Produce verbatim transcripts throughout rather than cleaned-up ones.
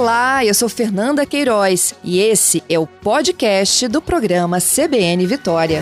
Olá, eu sou Fernanda Queiroz e esse é o podcast do programa C B N Vitória.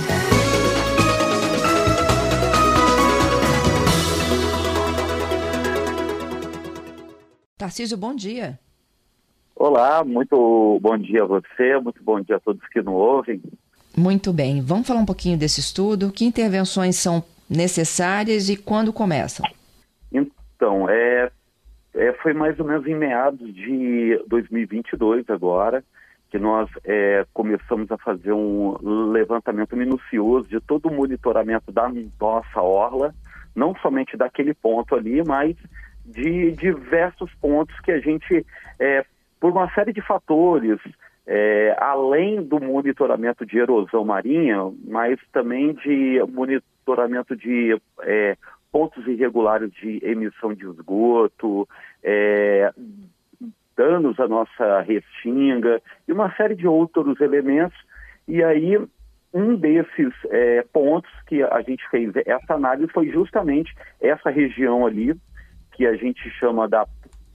Tarcísio, bom dia. Olá, muito bom dia a você, muito bom dia a todos que nos ouvem. Muito bem, vamos falar um pouquinho desse estudo, que intervenções são necessárias e quando começam? Então, é, é, foi mais ou menos em meados de dois mil e vinte e dois agora, que nós é, começamos a fazer um levantamento minucioso de todo o monitoramento da nossa orla, não somente daquele ponto ali, mas de diversos pontos que a gente, é, por uma série de fatores, é, além do monitoramento de erosão marinha, mas também de monitoramento de é, pontos irregulares de emissão de esgoto, é, danos à nossa restinga e uma série de outros elementos. E aí, um desses é, pontos que a gente fez essa análise foi justamente essa região ali, que a gente chama da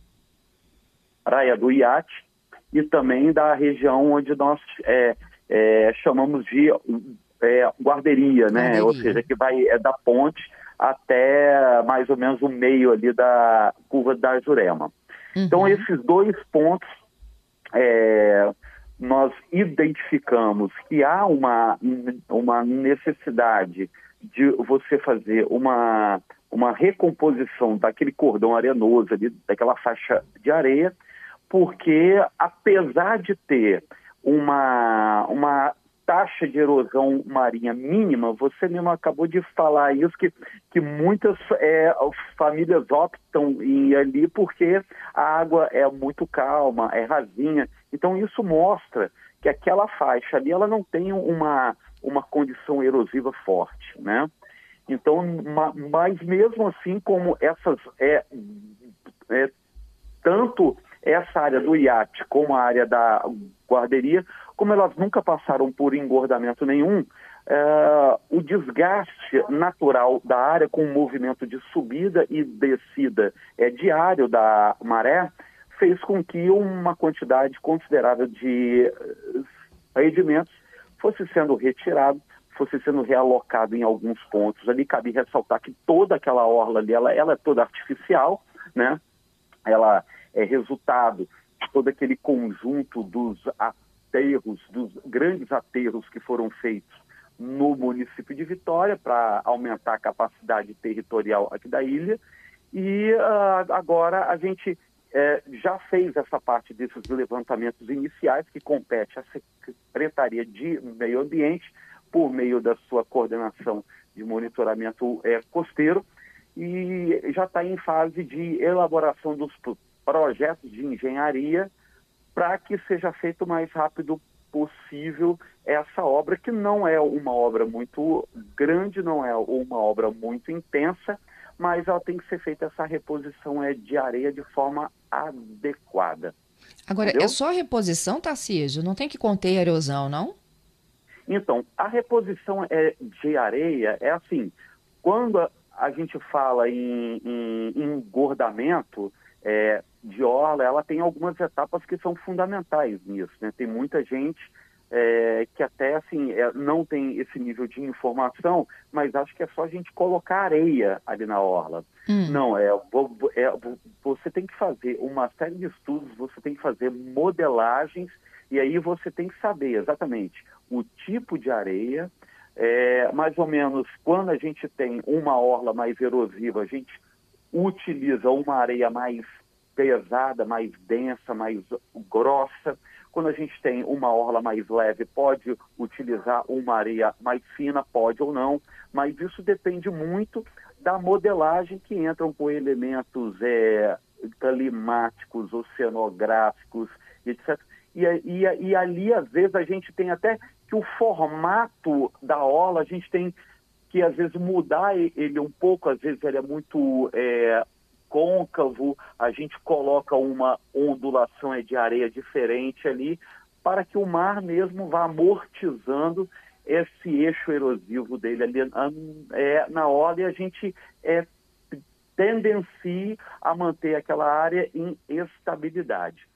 Praia do Iate, e também da região onde nós é, é, chamamos de é, guarderia, né? Guarderia. Ou seja, que vai é, da ponte até mais ou menos o meio ali da curva da Jurema. Uhum. Então, esses dois pontos, é, nós identificamos que há uma, uma necessidade de você fazer uma, uma recomposição daquele cordão arenoso ali, daquela faixa de areia, porque apesar de ter uma, uma taxa de erosão marinha mínima, você mesmo acabou de falar isso, que, que muitas é, famílias optam em ir ali porque a água é muito calma, é rasinha. Então isso mostra que aquela faixa ali ela não tem uma, uma condição erosiva forte, né? Então, mas mesmo assim, como essas é, é tanto essa área do iate como a área da guarderia, como elas nunca passaram por engordamento nenhum, é, o desgaste natural da área com o movimento de subida e descida é, diário da maré fez com que uma quantidade considerável de sedimentos fosse sendo retirado, fosse sendo realocado em alguns pontos. Ali cabe ressaltar que toda aquela orla ali, ela, ela é toda artificial, né? Ela é resultado de todo aquele conjunto dos aterros, dos grandes aterros que foram feitos no município de Vitória para aumentar a capacidade territorial aqui da ilha. E uh, agora a gente eh, já fez essa parte desses levantamentos iniciais que compete à Secretaria de Meio Ambiente por meio da sua coordenação de monitoramento eh, costeiro, e já está em fase de elaboração dos projetos de engenharia para que seja feito o mais rápido possível essa obra, que não é uma obra muito grande, não é uma obra muito intensa, mas ela tem que ser feita essa reposição é, de areia de forma adequada. Agora, Entendeu? É só reposição, Tarcísio? Não tem que conter a erosão, não? Então, a reposição é, de areia é assim, quando a, a gente fala em, em, em engordamento é, de orla, ela tem algumas etapas que são fundamentais nisso, né? Tem muita gente é, que até assim, é, não tem esse nível de informação, mas acho que é só a gente colocar areia ali na orla. Hum. Não, é, é, você tem que fazer uma série de estudos, você tem que fazer modelagens, e aí você tem que saber exatamente o tipo de areia, é, mais ou menos quando a gente tem uma orla mais erosiva, a gente utiliza uma areia mais pesada, mais densa, mais grossa. Quando a gente tem uma orla mais leve, pode utilizar uma areia mais fina, pode ou não, mas isso depende muito da modelagem, que entram com elementos é, climáticos, oceanográficos, etcétera. E, e, e ali, às vezes, a gente tem até que o formato da orla, a gente tem que, às vezes, mudar ele um pouco, às vezes ele é muito é, côncavo, a gente coloca uma ondulação de areia diferente ali, para que o mar mesmo vá amortizando esse eixo erosivo dele ali é, na orla, e a gente é, tendencie a manter aquela área em estabilidade.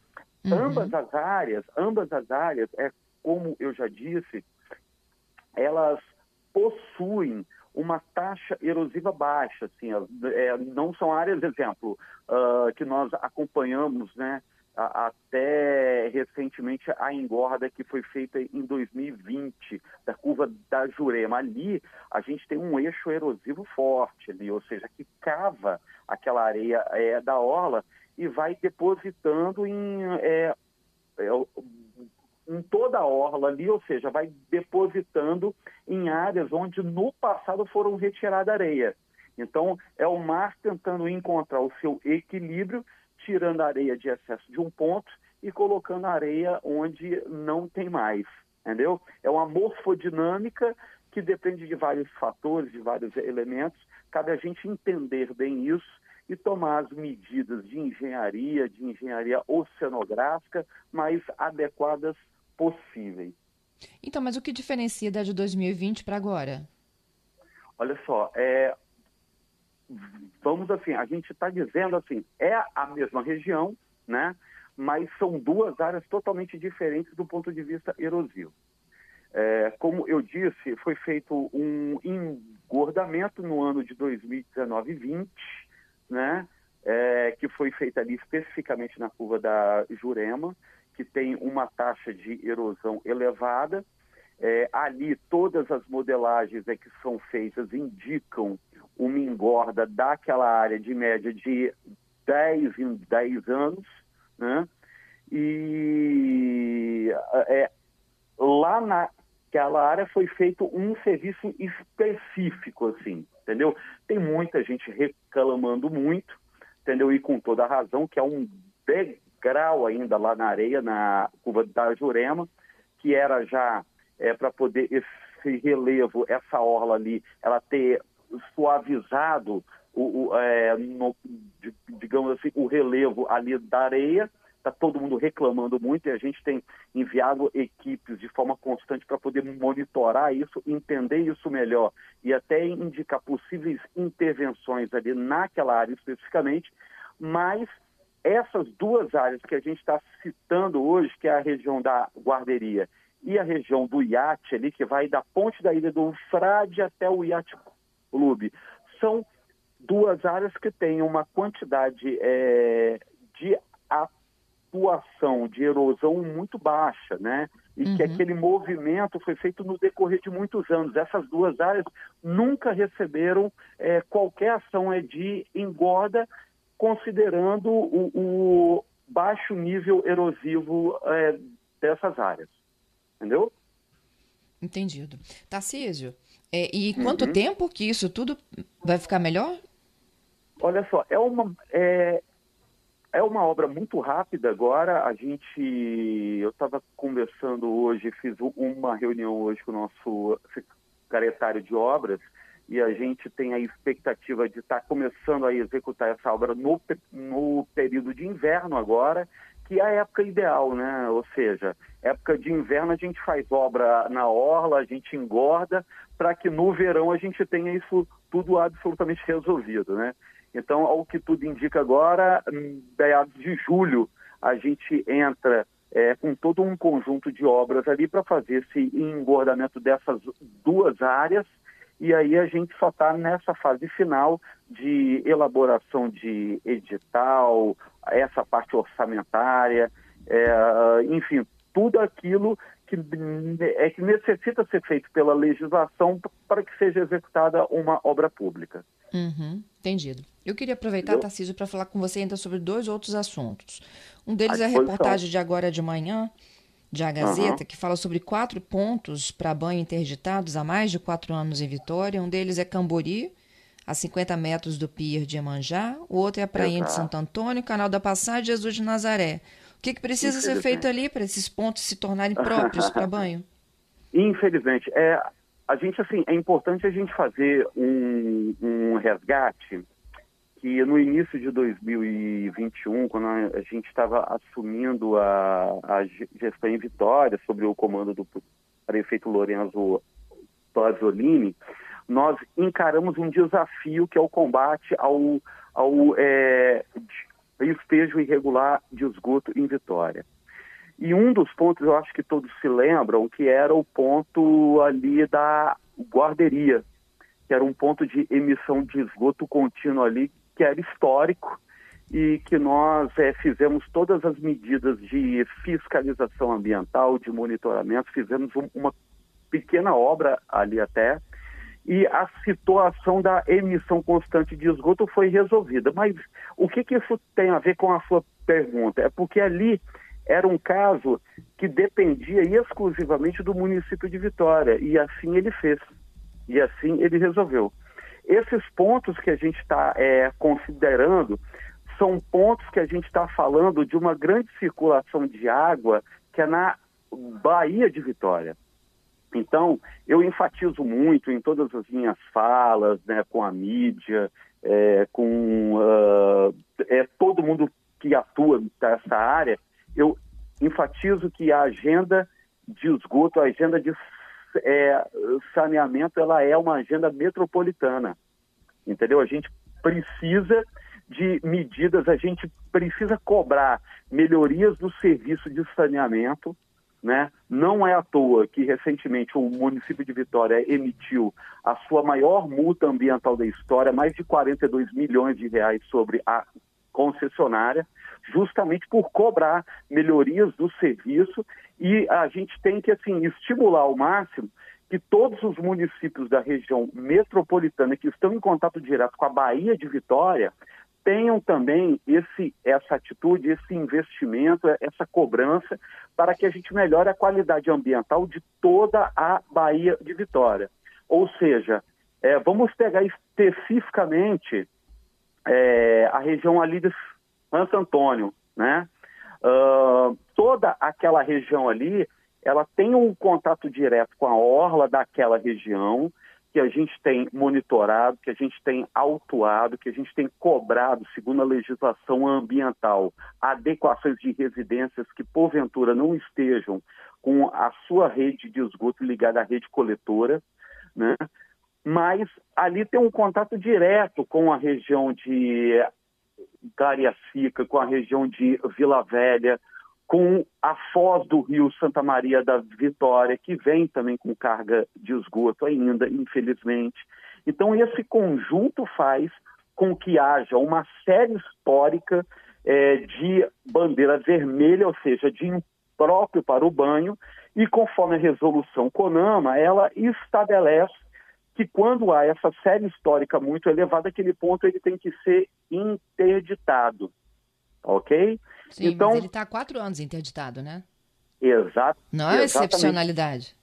Uhum. Ambas as áreas, ambas as áreas, é como eu já disse, elas possuem uma taxa erosiva baixa, assim, é, não são áreas, exemplo, uh, que nós acompanhamos, né, a, até recentemente a engorda que foi feita em dois mil e vinte, da curva da Jurema. Ali a gente tem um eixo erosivo forte ali, ou seja, que cava aquela areia é, da orla e vai depositando em... É, é, em toda a orla ali, ou seja, vai depositando em áreas onde no passado foram retirada areia. Então, é o mar tentando encontrar o seu equilíbrio, tirando a areia de excesso de um ponto e colocando a areia onde não tem mais, entendeu? É uma morfodinâmica que depende de vários fatores, de vários elementos. Cabe a gente entender bem isso e tomar as medidas de engenharia, de engenharia oceanográfica mais adequadas possíveis. Então, mas o que diferencia da de dois mil e vinte para agora? Olha só, é, vamos assim, a gente está dizendo assim, é a mesma região, né? Mas são duas áreas totalmente diferentes do ponto de vista erosivo. É, como eu disse, foi feito um engordamento no ano de dois mil e dezenove e vinte, né? É, que foi feito ali especificamente na curva da Jurema, que tem uma taxa de erosão elevada. É, ali todas as modelagens é que são feitas indicam uma engorda daquela área de média de dez em dez anos, né? E é, lá naquela área foi feito um serviço específico, assim, entendeu? Tem muita gente reclamando muito, entendeu? E com toda a razão, que é um degrau ainda lá na areia, na curva da Jurema, que era já é, para poder esse relevo, essa orla ali, ela ter suavizado o, o, é, no, digamos assim, o relevo ali da areia. Está todo mundo reclamando muito e a gente tem enviado equipes de forma constante para poder monitorar isso, entender isso melhor e até indicar possíveis intervenções ali naquela área especificamente, mas essas duas áreas que a gente está citando hoje, que é a região da Guarderia e a região do iate ali, que vai da ponte da Ilha do Frade até o Iate Clube, são duas áreas que têm uma quantidade é, de atuação, de erosão muito baixa, né? E uhum. que aquele movimento foi feito no decorrer de muitos anos. Essas duas áreas nunca receberam é, qualquer ação é, de engorda, considerando o, o baixo nível erosivo é, dessas áreas. Entendeu? Entendido. Tarcísio, é, e quanto uhum. tempo que isso tudo vai ficar melhor? Olha só, é uma, é, é uma obra muito rápida agora. A gente, eu estava conversando hoje, fiz uma reunião hoje com o nosso secretário de obras, e a gente tem a expectativa de estar tá começando a executar essa obra no, no período de inverno agora, que é a época ideal, né? Ou seja, época de inverno a gente faz obra na orla, a gente engorda, para que no verão a gente tenha isso tudo absolutamente resolvido, né? Então, ao que tudo indica agora, em meados de julho, a gente entra é, com todo um conjunto de obras ali para fazer esse engordamento dessas duas áreas. E aí a gente só está nessa fase final de elaboração de edital, essa parte orçamentária, é, enfim, tudo aquilo que, é, que necessita ser feito pela legislação para que seja executada uma obra pública. Uhum, entendido. Eu queria aproveitar, Tarcísio, para falar com você ainda sobre dois outros assuntos. Um deles é a reportagem de agora de manhã, de A Gazeta, uhum. que fala sobre quatro pontos para banho interditados há mais de quatro anos em Vitória. Um deles é Cambori, a cinquenta metros do pier de Iemanjá. O outro é a Prainha Exato. de Santo Antônio, Canal da Passagem, Jesus de Nazaré. O que, que precisa ser feito ali para esses pontos se tornarem próprios para banho? Infelizmente. É, a gente, assim, é importante a gente fazer um, um resgate que no início de dois mil e vinte e um, quando a gente estava assumindo a, a gestão em Vitória, sob o comando do prefeito Lorenzo Pasolini, nós encaramos um desafio que é o combate ao, ao é, despejo irregular de esgoto em Vitória. E um dos pontos, eu acho que todos se lembram, que era o ponto ali da guarderia, que era um ponto de emissão de esgoto contínuo ali, que era histórico, e que nós é, fizemos todas as medidas de fiscalização ambiental, de monitoramento, fizemos um, uma pequena obra ali até, e a situação da emissão constante de esgoto foi resolvida. Mas o que, que isso tem a ver com a sua pergunta? É porque ali era um caso que dependia exclusivamente do município de Vitória, e assim ele fez, e assim ele resolveu. Esses pontos que a gente está é, considerando são pontos que a gente está falando de uma grande circulação de água que é na Baía de Vitória. Então, eu enfatizo muito em todas as minhas falas, né, com a mídia, é, com uh, é, todo mundo que atua nessa área, eu enfatizo que a agenda de esgoto, a agenda de é, saneamento, ela é uma agenda metropolitana, entendeu? A gente precisa de medidas, a gente precisa cobrar melhorias do serviço de saneamento, né? Não é à toa que recentemente o município de Vitória emitiu a sua maior multa ambiental da história, mais de quarenta e dois milhões de reais sobre a concessionária, justamente por cobrar melhorias do serviço, e a gente tem que assim estimular ao máximo que todos os municípios da região metropolitana que estão em contato direto com a Baía de Vitória tenham também esse, essa atitude, esse investimento, essa cobrança, para que a gente melhore a qualidade ambiental de toda a Baía de Vitória. Ou seja, é, vamos pegar especificamente é, a região ali de Santo Antônio, né? Uh, toda aquela região ali, ela tem um contato direto com a orla daquela região, que a gente tem monitorado, que a gente tem autuado, que a gente tem cobrado, segundo a legislação ambiental, adequações de residências que, porventura, não estejam com a sua rede de esgoto ligada à rede coletora, né? Mas ali tem um contato direto com a região de Cariacica, com a região de Vila Velha, com a foz do rio Santa Maria da Vitória, que vem também com carga de esgoto ainda, infelizmente. Então, esse conjunto faz com que haja uma série histórica é, de bandeira vermelha, ou seja, de impróprio para o banho, e conforme a resolução CONAMA, ela estabelece que quando há essa série histórica muito elevada, aquele ponto ele tem que ser interditado, ok? Sim, então, mas ele está há quatro anos interditado, né? Exato. Não é excepcionalidade.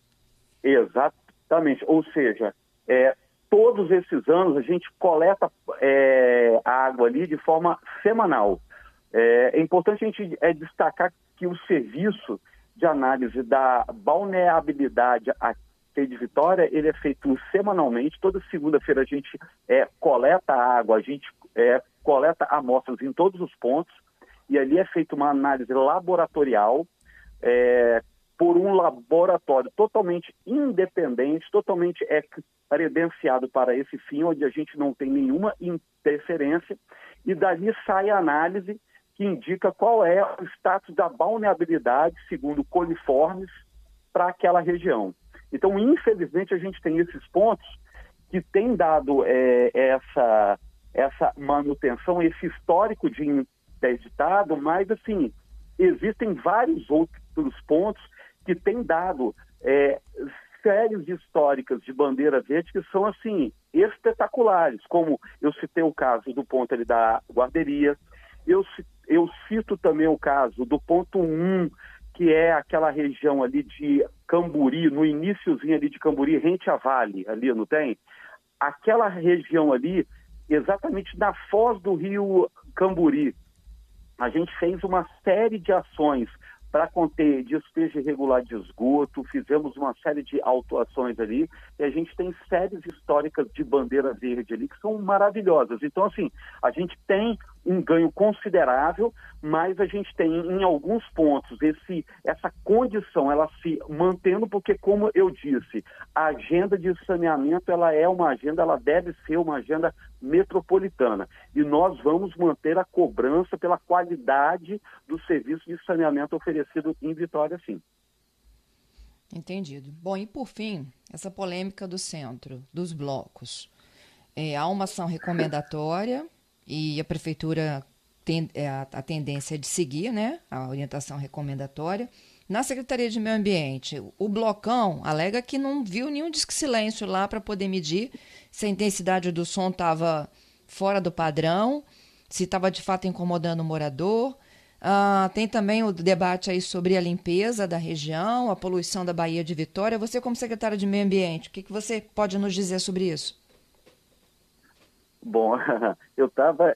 Exatamente. Ou seja, é, todos esses anos a gente coleta é, a água ali de forma semanal. É, é importante a gente é, destacar que o serviço de análise da balneabilidade aqui de Vitória, ele é feito semanalmente. Toda segunda-feira a gente é, coleta a água, a gente é, coleta amostras em todos os pontos, e ali é feita uma análise laboratorial é, por um laboratório totalmente independente, totalmente é, credenciado para esse fim, onde a gente não tem nenhuma interferência, e dali sai a análise que indica qual é o status da balneabilidade, segundo coliformes, para aquela região. Então, infelizmente, a gente tem esses pontos que têm dado é, essa, essa manutenção, esse histórico de interditado, mas, assim, existem vários outros pontos que têm dado é, séries históricas de bandeira verde que são, assim, espetaculares, como eu citei o caso do ponto ali da guarderia, eu, eu cito também o caso do ponto um, que é aquela região ali de Camburi, no iniciozinho ali de Camburi, rente a Vale, ali, não tem? Aquela região ali, exatamente na foz do rio Camburi, a gente fez uma série de ações para conter despejo irregular de esgoto, fizemos uma série de autuações ali, e a gente tem séries históricas de bandeira verde ali que são maravilhosas. Então, assim, a gente tem um ganho considerável, mas a gente tem em alguns pontos esse, essa condição, ela se mantendo, porque como eu disse, a agenda de saneamento ela é uma agenda, ela deve ser uma agenda metropolitana. E nós vamos manter a cobrança pela qualidade do serviço de saneamento oferecido em Vitória, sim. Entendido. Bom, e por fim, essa polêmica do centro, dos blocos. É, há uma ação recomendatória e a prefeitura tem é, a, a tendência de seguir, né, a orientação recomendatória. Na Secretaria de Meio Ambiente, o blocão alega que não viu nenhum disque-silêncio lá para poder medir se a intensidade do som estava fora do padrão, se estava de fato incomodando o morador. Uh, tem também o debate aí sobre a limpeza da região, a poluição da Baía de Vitória. Você, como secretário de Meio Ambiente, o que, que você pode nos dizer sobre isso? Bom, eu estava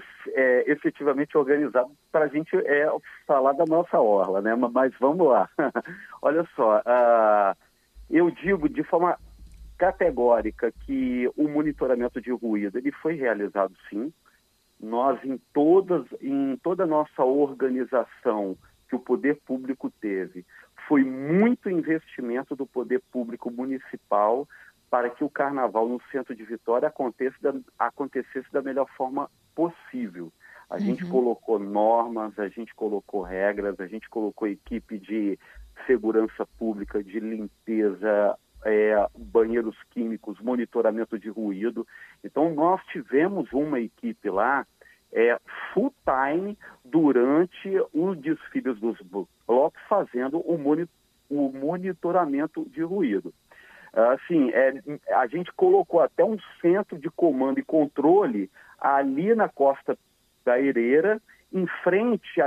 é, efetivamente organizado para a gente é, falar da nossa orla, né? Mas vamos lá. Olha só, uh, eu digo de forma categórica que o monitoramento de ruído ele foi realizado sim. Nós, em, todas, em toda a nossa organização que o poder público teve, foi muito investimento do poder público municipal para que o carnaval no centro de Vitória acontecesse da, acontecesse da melhor forma possível. A uhum. gente colocou normas, a gente colocou regras, a gente colocou equipe de segurança pública, de limpeza, É, banheiros químicos, monitoramento de ruído. Então, nós tivemos uma equipe lá é, full time durante os desfiles dos blocos fazendo o, moni o monitoramento de ruído. Assim, é, a gente colocou até um centro de comando e controle ali na Costa da Ereira, em frente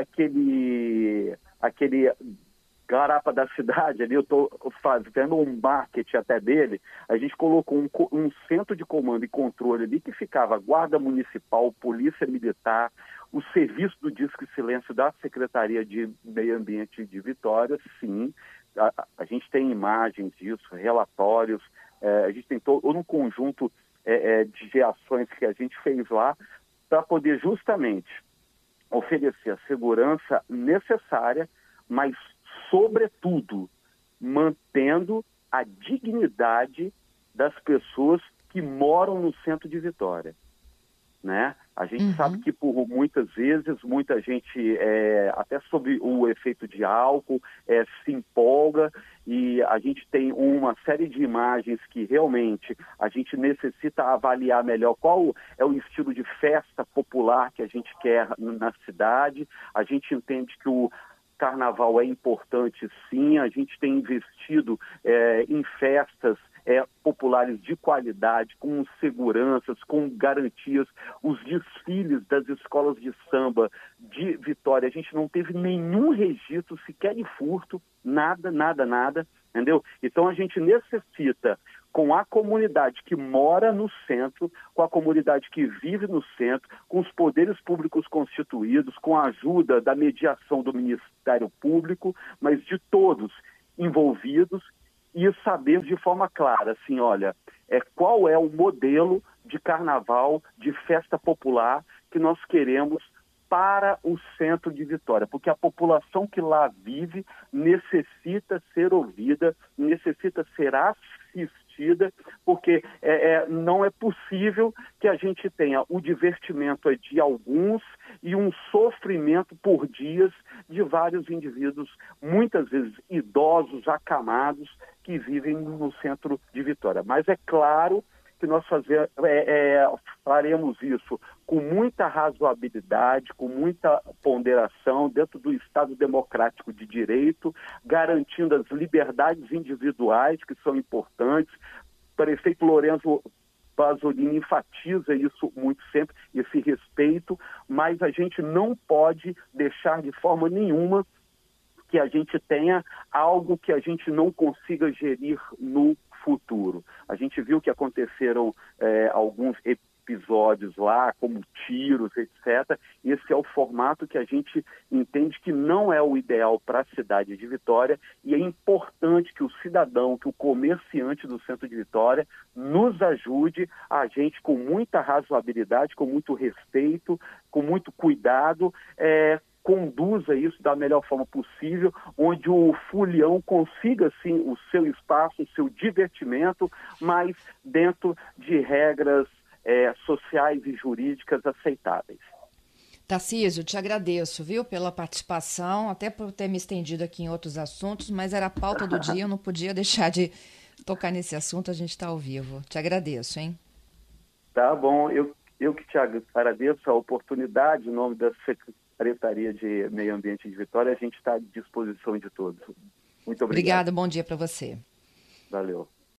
àquele, àquele garapa da cidade, ali eu estou fazendo um marketing até dele, a gente colocou um, um centro de comando e controle ali que ficava Guarda Municipal, Polícia Militar, o serviço do Disque Silêncio da Secretaria de Meio Ambiente de Vitória, sim, a, a gente tem imagens disso, relatórios, é, a gente tem todo um conjunto é, é, de ações que a gente fez lá para poder justamente oferecer a segurança necessária, mas sobretudo, mantendo a dignidade das pessoas que moram no centro de Vitória, né? A gente uhum. sabe que por muitas vezes, muita gente, é, até sob o efeito de álcool, é, se empolga e a gente tem uma série de imagens que realmente a gente necessita avaliar melhor qual é o estilo de festa popular que a gente quer na cidade. A gente entende que o Carnaval é importante, sim. A gente tem investido é, em festas é, populares de qualidade, com seguranças, com garantias. Os desfiles das escolas de samba de Vitória, a gente não teve nenhum registro sequer de furto, nada, nada, nada, entendeu? Então a gente necessita, com a comunidade que mora no centro, com a comunidade que vive no centro, com os poderes públicos constituídos, com a ajuda da mediação do Ministério Público, mas de todos envolvidos, e saber de forma clara, assim, olha, é, qual é o modelo de carnaval, de festa popular que nós queremos para o centro de Vitória, porque a população que lá vive necessita ser ouvida, necessita ser assistida, porque é, é, não é possível que a gente tenha o divertimento de alguns e um sofrimento por dias de vários indivíduos, muitas vezes idosos, acamados, que vivem no centro de Vitória. Mas é claro que nós fazer, é, é, faremos isso com muita razoabilidade, com muita ponderação, dentro do Estado democrático de direito, garantindo as liberdades individuais, que são importantes. O prefeito Lourenço Pasolini enfatiza isso muito sempre, esse respeito, mas a gente não pode deixar de forma nenhuma que a gente tenha algo que a gente não consiga gerir no futuro. A gente viu que aconteceram é, alguns episódios lá, como tiros, etcétera. Esse é o formato que a gente entende que não é o ideal para a cidade de Vitória, e é importante que o cidadão, que o comerciante do centro de Vitória nos ajude, a gente com muita razoabilidade, com muito respeito, com muito cuidado, é, conduza isso da melhor forma possível, onde o folião consiga, sim, o seu espaço, o seu divertimento, mas dentro de regras é, sociais e jurídicas aceitáveis. Tarcísio, te agradeço, viu, pela participação, até por ter me estendido aqui em outros assuntos, mas era a pauta do dia, eu não podia deixar de tocar nesse assunto, a gente está ao vivo. Te agradeço, hein? Tá bom, eu, eu que te agradeço a oportunidade, em nome da Secretaria de Meio Ambiente de Vitória, a gente está à disposição de todos. Muito obrigado. Obrigada, bom dia para você. Valeu.